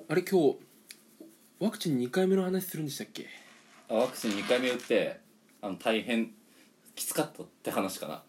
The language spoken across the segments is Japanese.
あれ今日ワクチン2回目の話するんでしたっけ？ ワクチン2回目打って大変きつかったって話かな。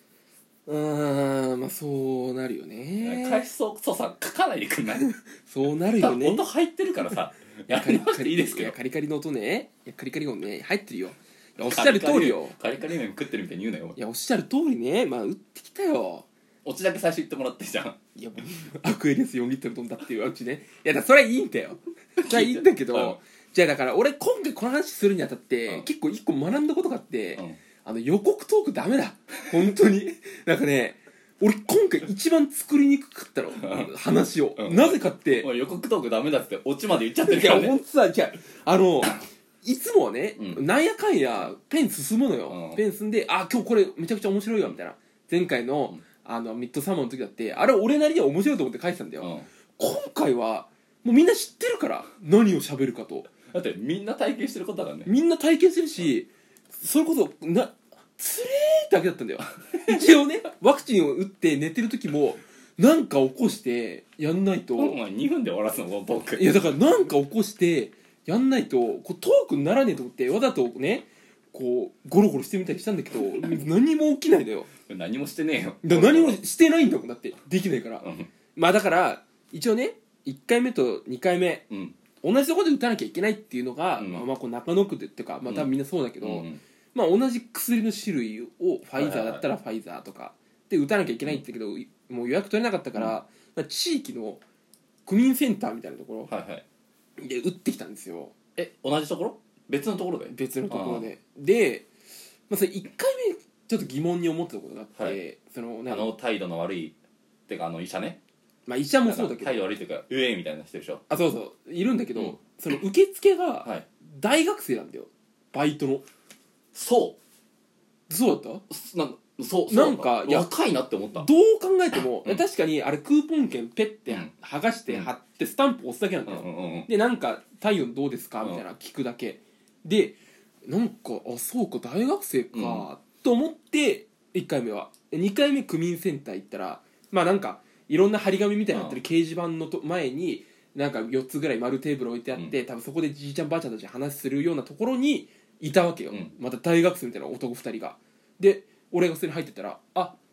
まあそうなるよね。 回数操作書かないでくんない？ そうなるよね。 音入ってるからさやりましていいですけど。 カリカリの音ね。いやカリカリ音ね入ってるよ。いやおっしゃる通りよ。 カリカリ麺食ってるみたいに言うなよ。 いやおっしゃる通りね。まあ打ってきたよ。 オチだけ最初言ってもらってじゃん。 いやもうアクエリアス4リットル飛んだっていううちね。いやだそれはいいんだよ。それはいいんだけど、じゃあだから俺今回この話するにあたって、結構一個学んだことがあって、予告トークダメだ本当に。なんかね俺今回一番作りにくかったの話を、なぜかって予告トークダメだってオチまで言っちゃってるからね。 いやほんとさいつもはね、なんやかんやペン進むのよ、ペン進んで今日これめちゃくちゃ面白いよみたいな。前回の、ミッドサマーの時だってあれ俺なりには面白いと思って書いてたんだよ、今回はもうみんな知ってるから何を喋るかと。 だってみんな体験してることだからね。 みんな体験してるし、それこそつれーだけだったんだよ一応ねワクチンを打って寝てる時もなんか起こしてやんないと、 お前2分で終わらすのこのトーク。 いやだからなんか起こしてやんないとこうトークにならねえと思ってわざとねこうゴロゴロしてみたりしたんだけど何も起きないのよ。 何もしてねえよ。 何もしてないんだもんだってできないから、まあだから一応ね1回目と2回目、同じところで打たなきゃいけないっていうのが、こう中野区でっていうか、多分みんなそうだけど、同じ薬の種類をファイザーだったらファイザーとかで打たなきゃいけないんだけど、もう予約取れなかったから、地域の区民センターみたいなところで打ってきたんですよ。 同じところ？別のところで？ 別のところで。で、それ1回目ちょっと疑問に思ってたことがあって、 態度の悪いってか医者ね。 医者もそうだけど態度悪いというかうえみたいな人でしょ。 そうそういるんだけど、その受付が大学生なんだよ、バイトの。そうだったなんか若いなって思った。 どう考えても、確かにあれクーポン券ペッて剥がして貼ってスタンプ押すだけなんだよ、でなんか体温どうですかみたいな聞くだけで、なんかそうか大学生か、と思って1回目は。2回目区民センター行ったらなんかいろんな張り紙みたいになってる掲示板の前になんか4つぐらい丸テーブル置いてあって、多分そこでじいちゃんばあちゃんたち話するようなところにいたわけよ、また大学生みたいな男2人が。で俺がそれに入ってったら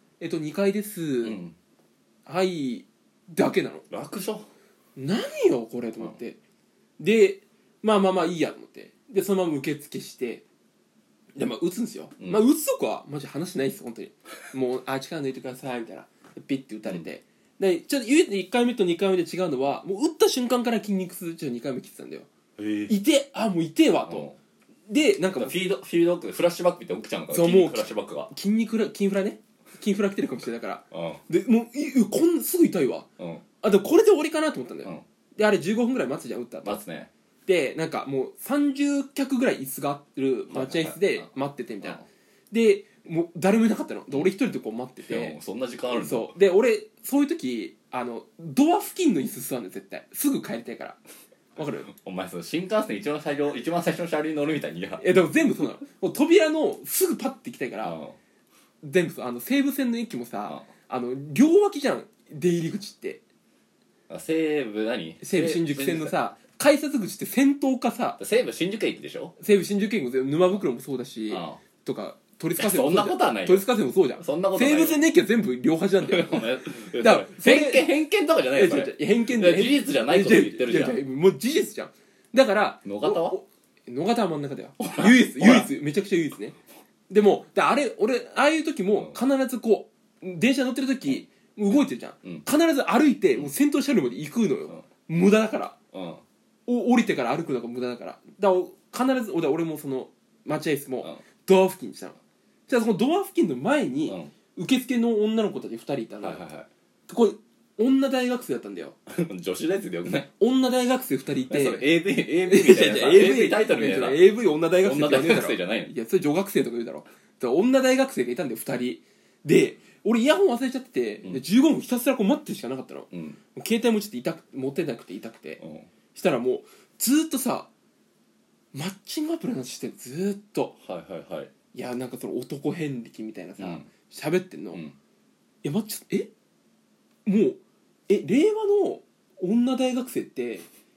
2階です、はいだけなの。 楽勝何よこれと思って、でまあいいやと思って、でそのまま受付してで打つんですよ、打つとこはマジ話ないです本当に。もう力抜いてくださいみたいな、ピッて打たれて、でちょっと唯一1回目と2回目で違うのはもう打った瞬間から筋肉痛2回目切ってたんだよ。いてもう痛えわと、でなんかフィードバックでフラッシュバックって起きちゃうのか。 そうもうフラッシュバックが筋フラね、筋フラ来てるかもしれないから、でもうこんなすぐ痛いわ、でもこれで終わりかなと思ったんだよ、であれ15分ぐらい待つじゃん打った後。 待つね。 でなんかもう30脚ぐらい椅子がある待合室で待っててみたいな、でもう誰もいなかったので俺一人でこう待ってて、 そんな時間あるんだ。 そうで俺そういう時ドア付近の椅子座るの絶対すぐ帰りたいから。わかる？お前新幹線一番最初の車両に乗るみたいに。 でも全部そうなの。もう扉のすぐパッて行きたいから、全部西武線の駅もさ、両脇じゃん出入り口って。 西武新宿線のさ改札口って先頭かさ、 西武新宿駅でしょ。 西武新宿駅も沼袋もそうだし、とか都立火星もそんなことはないよ。 都立火星もそうじゃん。 そんなことない。 西武線の駅は全部両端なんだよだから偏見とかじゃないよそれ。 偏見で事実じゃないこと言ってるじゃん。 もう事実じゃん。だから野方は真ん中だよ唯一めちゃくちゃ唯一ね。でも俺ああいう時も必ずこう電車乗ってる時動いてるじゃん、必ず歩いてもう先頭車両まで行くのよ、無駄だから、降りてから歩くのが無駄だから。必ず俺もその待合室もドア付近にしたの。じゃあそのドア付近の前に受付の女の子たち2人いたの、これ女大学生だったんだよ女子大生でよくない？ 女大学生2人いて、 それ AV みたいな AV タイトルみたいな AV 女大学生女大学生じゃないの？ いやそれ女学生とか言うだろ。女大学生がいたんだよ2人で、俺イヤホン忘れちゃってて、で15分ひたすらこう待ってるしかなかったの、携帯もちょっと持ってなくて痛くて、したらもうずっとさマッチングアプリの話してるずっと。いやなんかその男遍歴みたいなさ喋ってんの、いやもう令和の女大学生って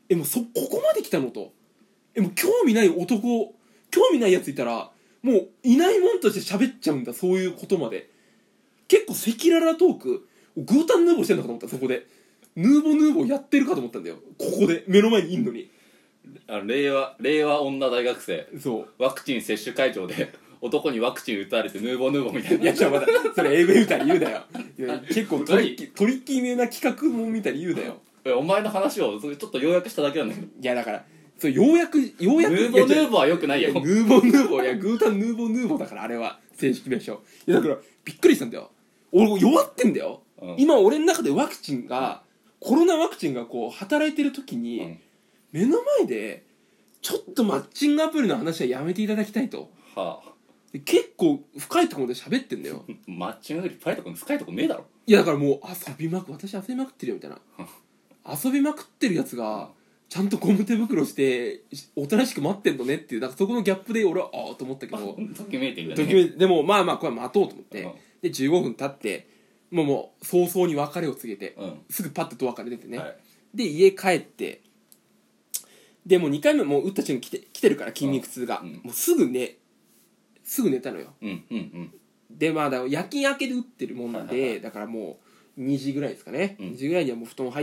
もうここまで来たのと、もう興味ない男、興味ないやついたらもういないもんとして喋っちゃうんだ、そういうことまで。結構赤裸々トーク、グータンヌーボーしてんのかと思った。そこでヌーボーやってるかと思ったんだよ、ここで目の前にいんのに。 令和女大学生、 そうワクチン接種会場で男にワクチン打たれてヌーボーみたいな。 いやじゃあまだそれ AV みたいに言うなよ。いや結構トリッキーめな企画もんみたいに言うなよ。 お前の話をちょっと要約しただけなんだけど。 いやだからそうようやくヌーボーはよくないよ。 ヌーボーいやグータンヌーボーだから、あれは正式名称。いやだからびっくりしたんだよ、俺弱ってんだよ、今俺の中でワクチンが、コロナワクチンがこう働いてる時に、目の前でちょっとマッチングアプリの話はやめていただきたいと、で結構深いところで喋ってんだよ。 マッチングアプリ深いとこねえだろ。 いやだからもう私遊びまくってるよみたいな遊びまくってるやつがちゃんとゴム手袋しておとなしく待ってんのねっていう、なんかそこのギャップで俺はああと思ったけどときめいてんだね。 でもまあこれは待とうと思って、で15分経ってもう早々に別れを告げて、すぐパッとドアから出てね、で家帰って、でもう2回目もう打った瞬間来てるから筋肉痛が、もうすぐ寝たのよ。でまあだ夜勤明けで打ってるもんなんで、だからもう2時ぐらいですかね、2時ぐらいにはもう布団入って、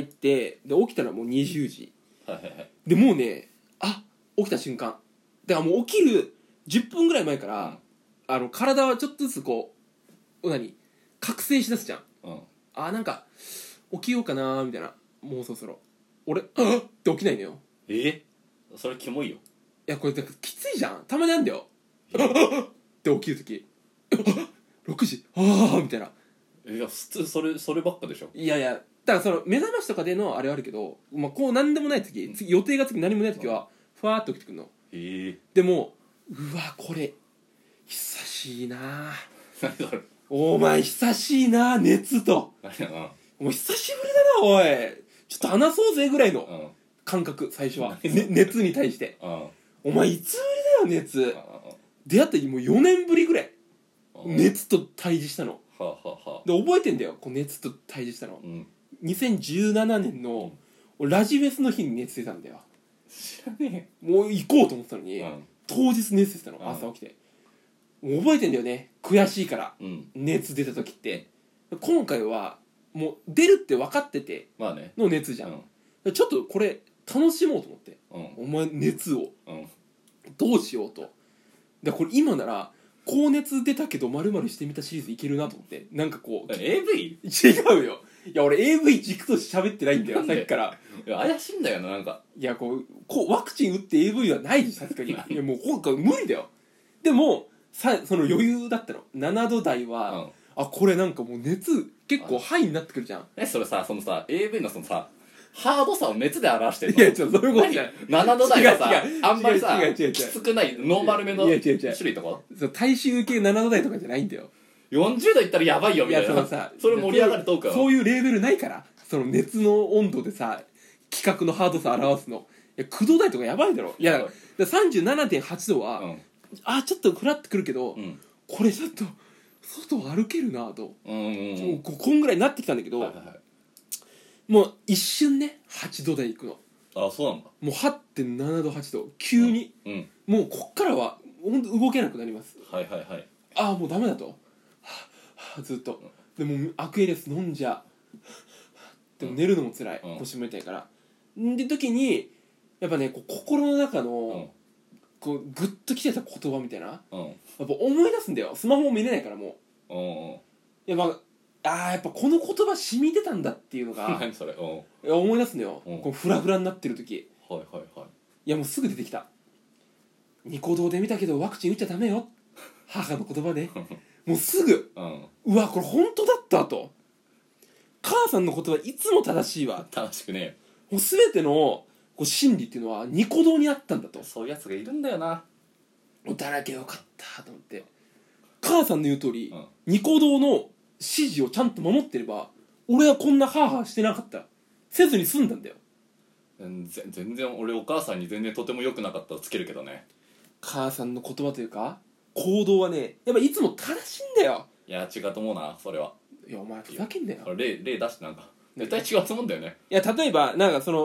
で起きたらもう20時、でもうね起きた瞬間だからもう起きる10分ぐらい前から、体はちょっとずつこう覚醒しだすじゃん、なんか起きようかなみたいな、もうそろそろ俺って起きないのよ。 それキモいよ。 いやこれきついじゃん、たまにあるんだよって起きるとき6時みたいな。 いや普通そればっかでしょ。 いやだからその目覚ましとかでのあれはあるけど、こう何でもない時、予定がつき何もない時はふわーっと起きてくるの。でもうわこれ久しいなお前久しいな熱ともう久しぶりだなおいちょっと話そうぜぐらいの感覚、最初は、熱に対して。お前いつぶりだよ熱。出会った時もう4年ぶりぐらい熱と対峙したので、覚えてんだよ、こう熱と対峙したの、2017年のラジフェスの日に熱出たんだよ。 知らねえ、もう行こうと思ってたのに、当日熱出てたの、朝起きて。もう覚えてんだよね、悔しいから、熱出た時って。今回はもう出るって分かってての熱じゃん、ちょっとこれ楽しもうと思って、お前熱を、どうしようと。だからこれ今なら高熱出たけど〇〇してみたシリーズいけるなと思って、なんかこう AV？ 違うよ、いや俺 AV 軸として喋ってないんだよさっきから。 いや怪しいんだよな、なんか。 いやこうワクチン打って AV はないでさすがにいやもう今回無理だよ。でもその余裕だったの、7度台は、これなんかもう熱結構ハイになってくるじゃん。 それさ、そのさ AV のそのさハードさを熱で表してるの。 いやそういうことじゃない。 7度台はさあんまりさきつくないノーマルめの種類とか、 大衆系7度台とかじゃないんだよ。 40度いったらやばいよみたいな。それ盛り上がるトークはそういうレーベルないから、その熱の温度でさ企画のハードさ表すの。いや9度台とかやばいだろ。いや 37.8 度は、ちょっとフラってくるけど、これちょっと外歩けるなと、こんぐらいになってきたんだけど、もう一瞬ね8度台いくの。 そうなんだ。 もう 8.7 度8度急に、もうこっからはほんと動けなくなります。もうダメだと、ずっと。でもアクエリアス飲んじゃ、でも寝るのも辛い、腰も痛いから。で時にやっぱねこう心の中の、こうグッときてた言葉みたいな、やっぱ思い出すんだよ。スマホも見れないからもう、やっぱこの言葉染み出たんだっていうのが何それ、 思い出すのよ、こうフラフラになってる時。いやもうすぐ出てきた。ニコ動で見たけどワクチン打っちゃダメよ、母の言葉でもうすぐ、うわこれ本当だったと。母さんの言葉いつも正しいわ、 正しくねえよ。 もう全てのこう真理っていうのはニコ動にあったんだと。 そういうやつがいるんだよな。 打たなきゃよかったと思って、母さんの言う通り、ニコ動の指示をちゃんと守ってれば俺はこんなハーハーしてなかった、せずに済んだんだよ。 全然俺お母さんに全然とても良くなかったらつけるけどね。 母さんの言葉というか行動はねやっぱいつも正しいんだよ。 いや違うと思うなそれは。 いやお前ふざけんなよ。 例出してなんか絶対違うと思うんだよね。 いや例えばなんかその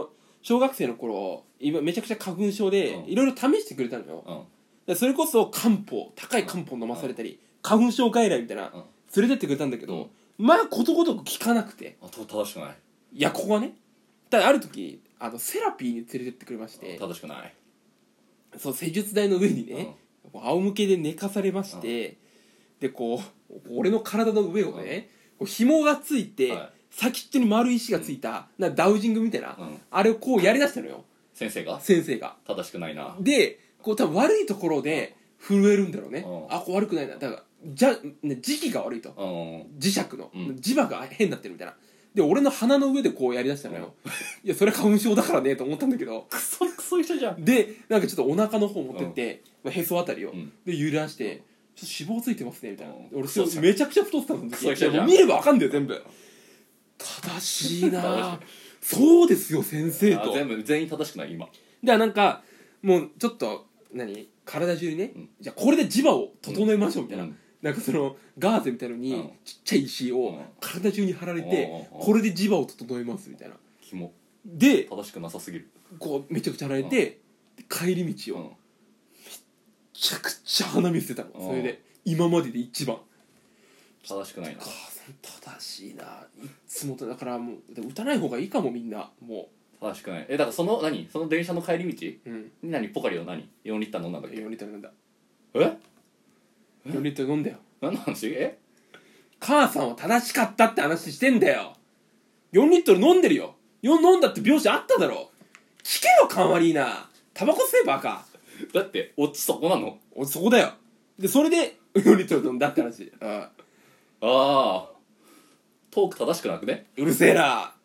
小学生の頃今めちゃくちゃ花粉症でうんいろいろ試してくれたのよ、 うんでそれこそ漢方高い漢方飲まされたり、花粉症外来みたいな、 うん連れてってくれたんだけど、まあことごとく効かなくて、 正しくない。 いやここはね、ただある時セラピーに連れてってくれまして、 正しくない。 そう施術台の上にね、仰向けで寝かされまして、でこう俺の体の上をね、こう紐がついて、 はい先っちょに丸い石がついた、ダウジングみたいな、あれをこうやりだしたのよ、 先生が正しくないな。 でこう多分悪いところで震えるんだろうね、 うんあこう悪くないな、だからじゃ、ね、時期が悪いと、磁石の、磁場が変になってるみたいなで俺の鼻の上でこうやりだしたのよ、いやそれ花粉症だからねと思ったんだけど、 クソ一緒じゃん。 でなんかちょっとお腹の方持ってって、へそあたりを、で揺らしてちょっと脂肪ついてますねみたいな、俺めちゃくちゃ太ってたの、 クソ一緒じゃん。 見ればわかんだよ全部。正しいなそうですよ先生と。 全員正しくない。今でなんかもうちょっと体中にね、じゃあこれで磁場を整えましょうみたいな、なんかそのガーゼみたいのにちっちゃい石を体中に貼られて、これで磁場を整えますみたいな、 キモで正しくなさすぎる。 こうめちゃくちゃ貼られて、帰り道をめちゃくちゃ鼻水出たの、それで今までで一番正しくないな。 正しいな、いつもとだからもう打たない方がいいかもみんなも正しくない。だからその電車の帰り道う、 にポカリを4リッター飲んだんだっけ。 4リットル飲んだ、 え 4リットル飲んだよ。 何の話。 母さんは正しかったって話してんだよ。4リットル飲んでるよ。飲んだって描写あっただろ。聞けよカンワリーナ、タバコ吸えバカ。 だってオチそこなの。 そこだよ。でそれで4リットル飲んだって話。 ああトーク正しくなくね。 うるせえな。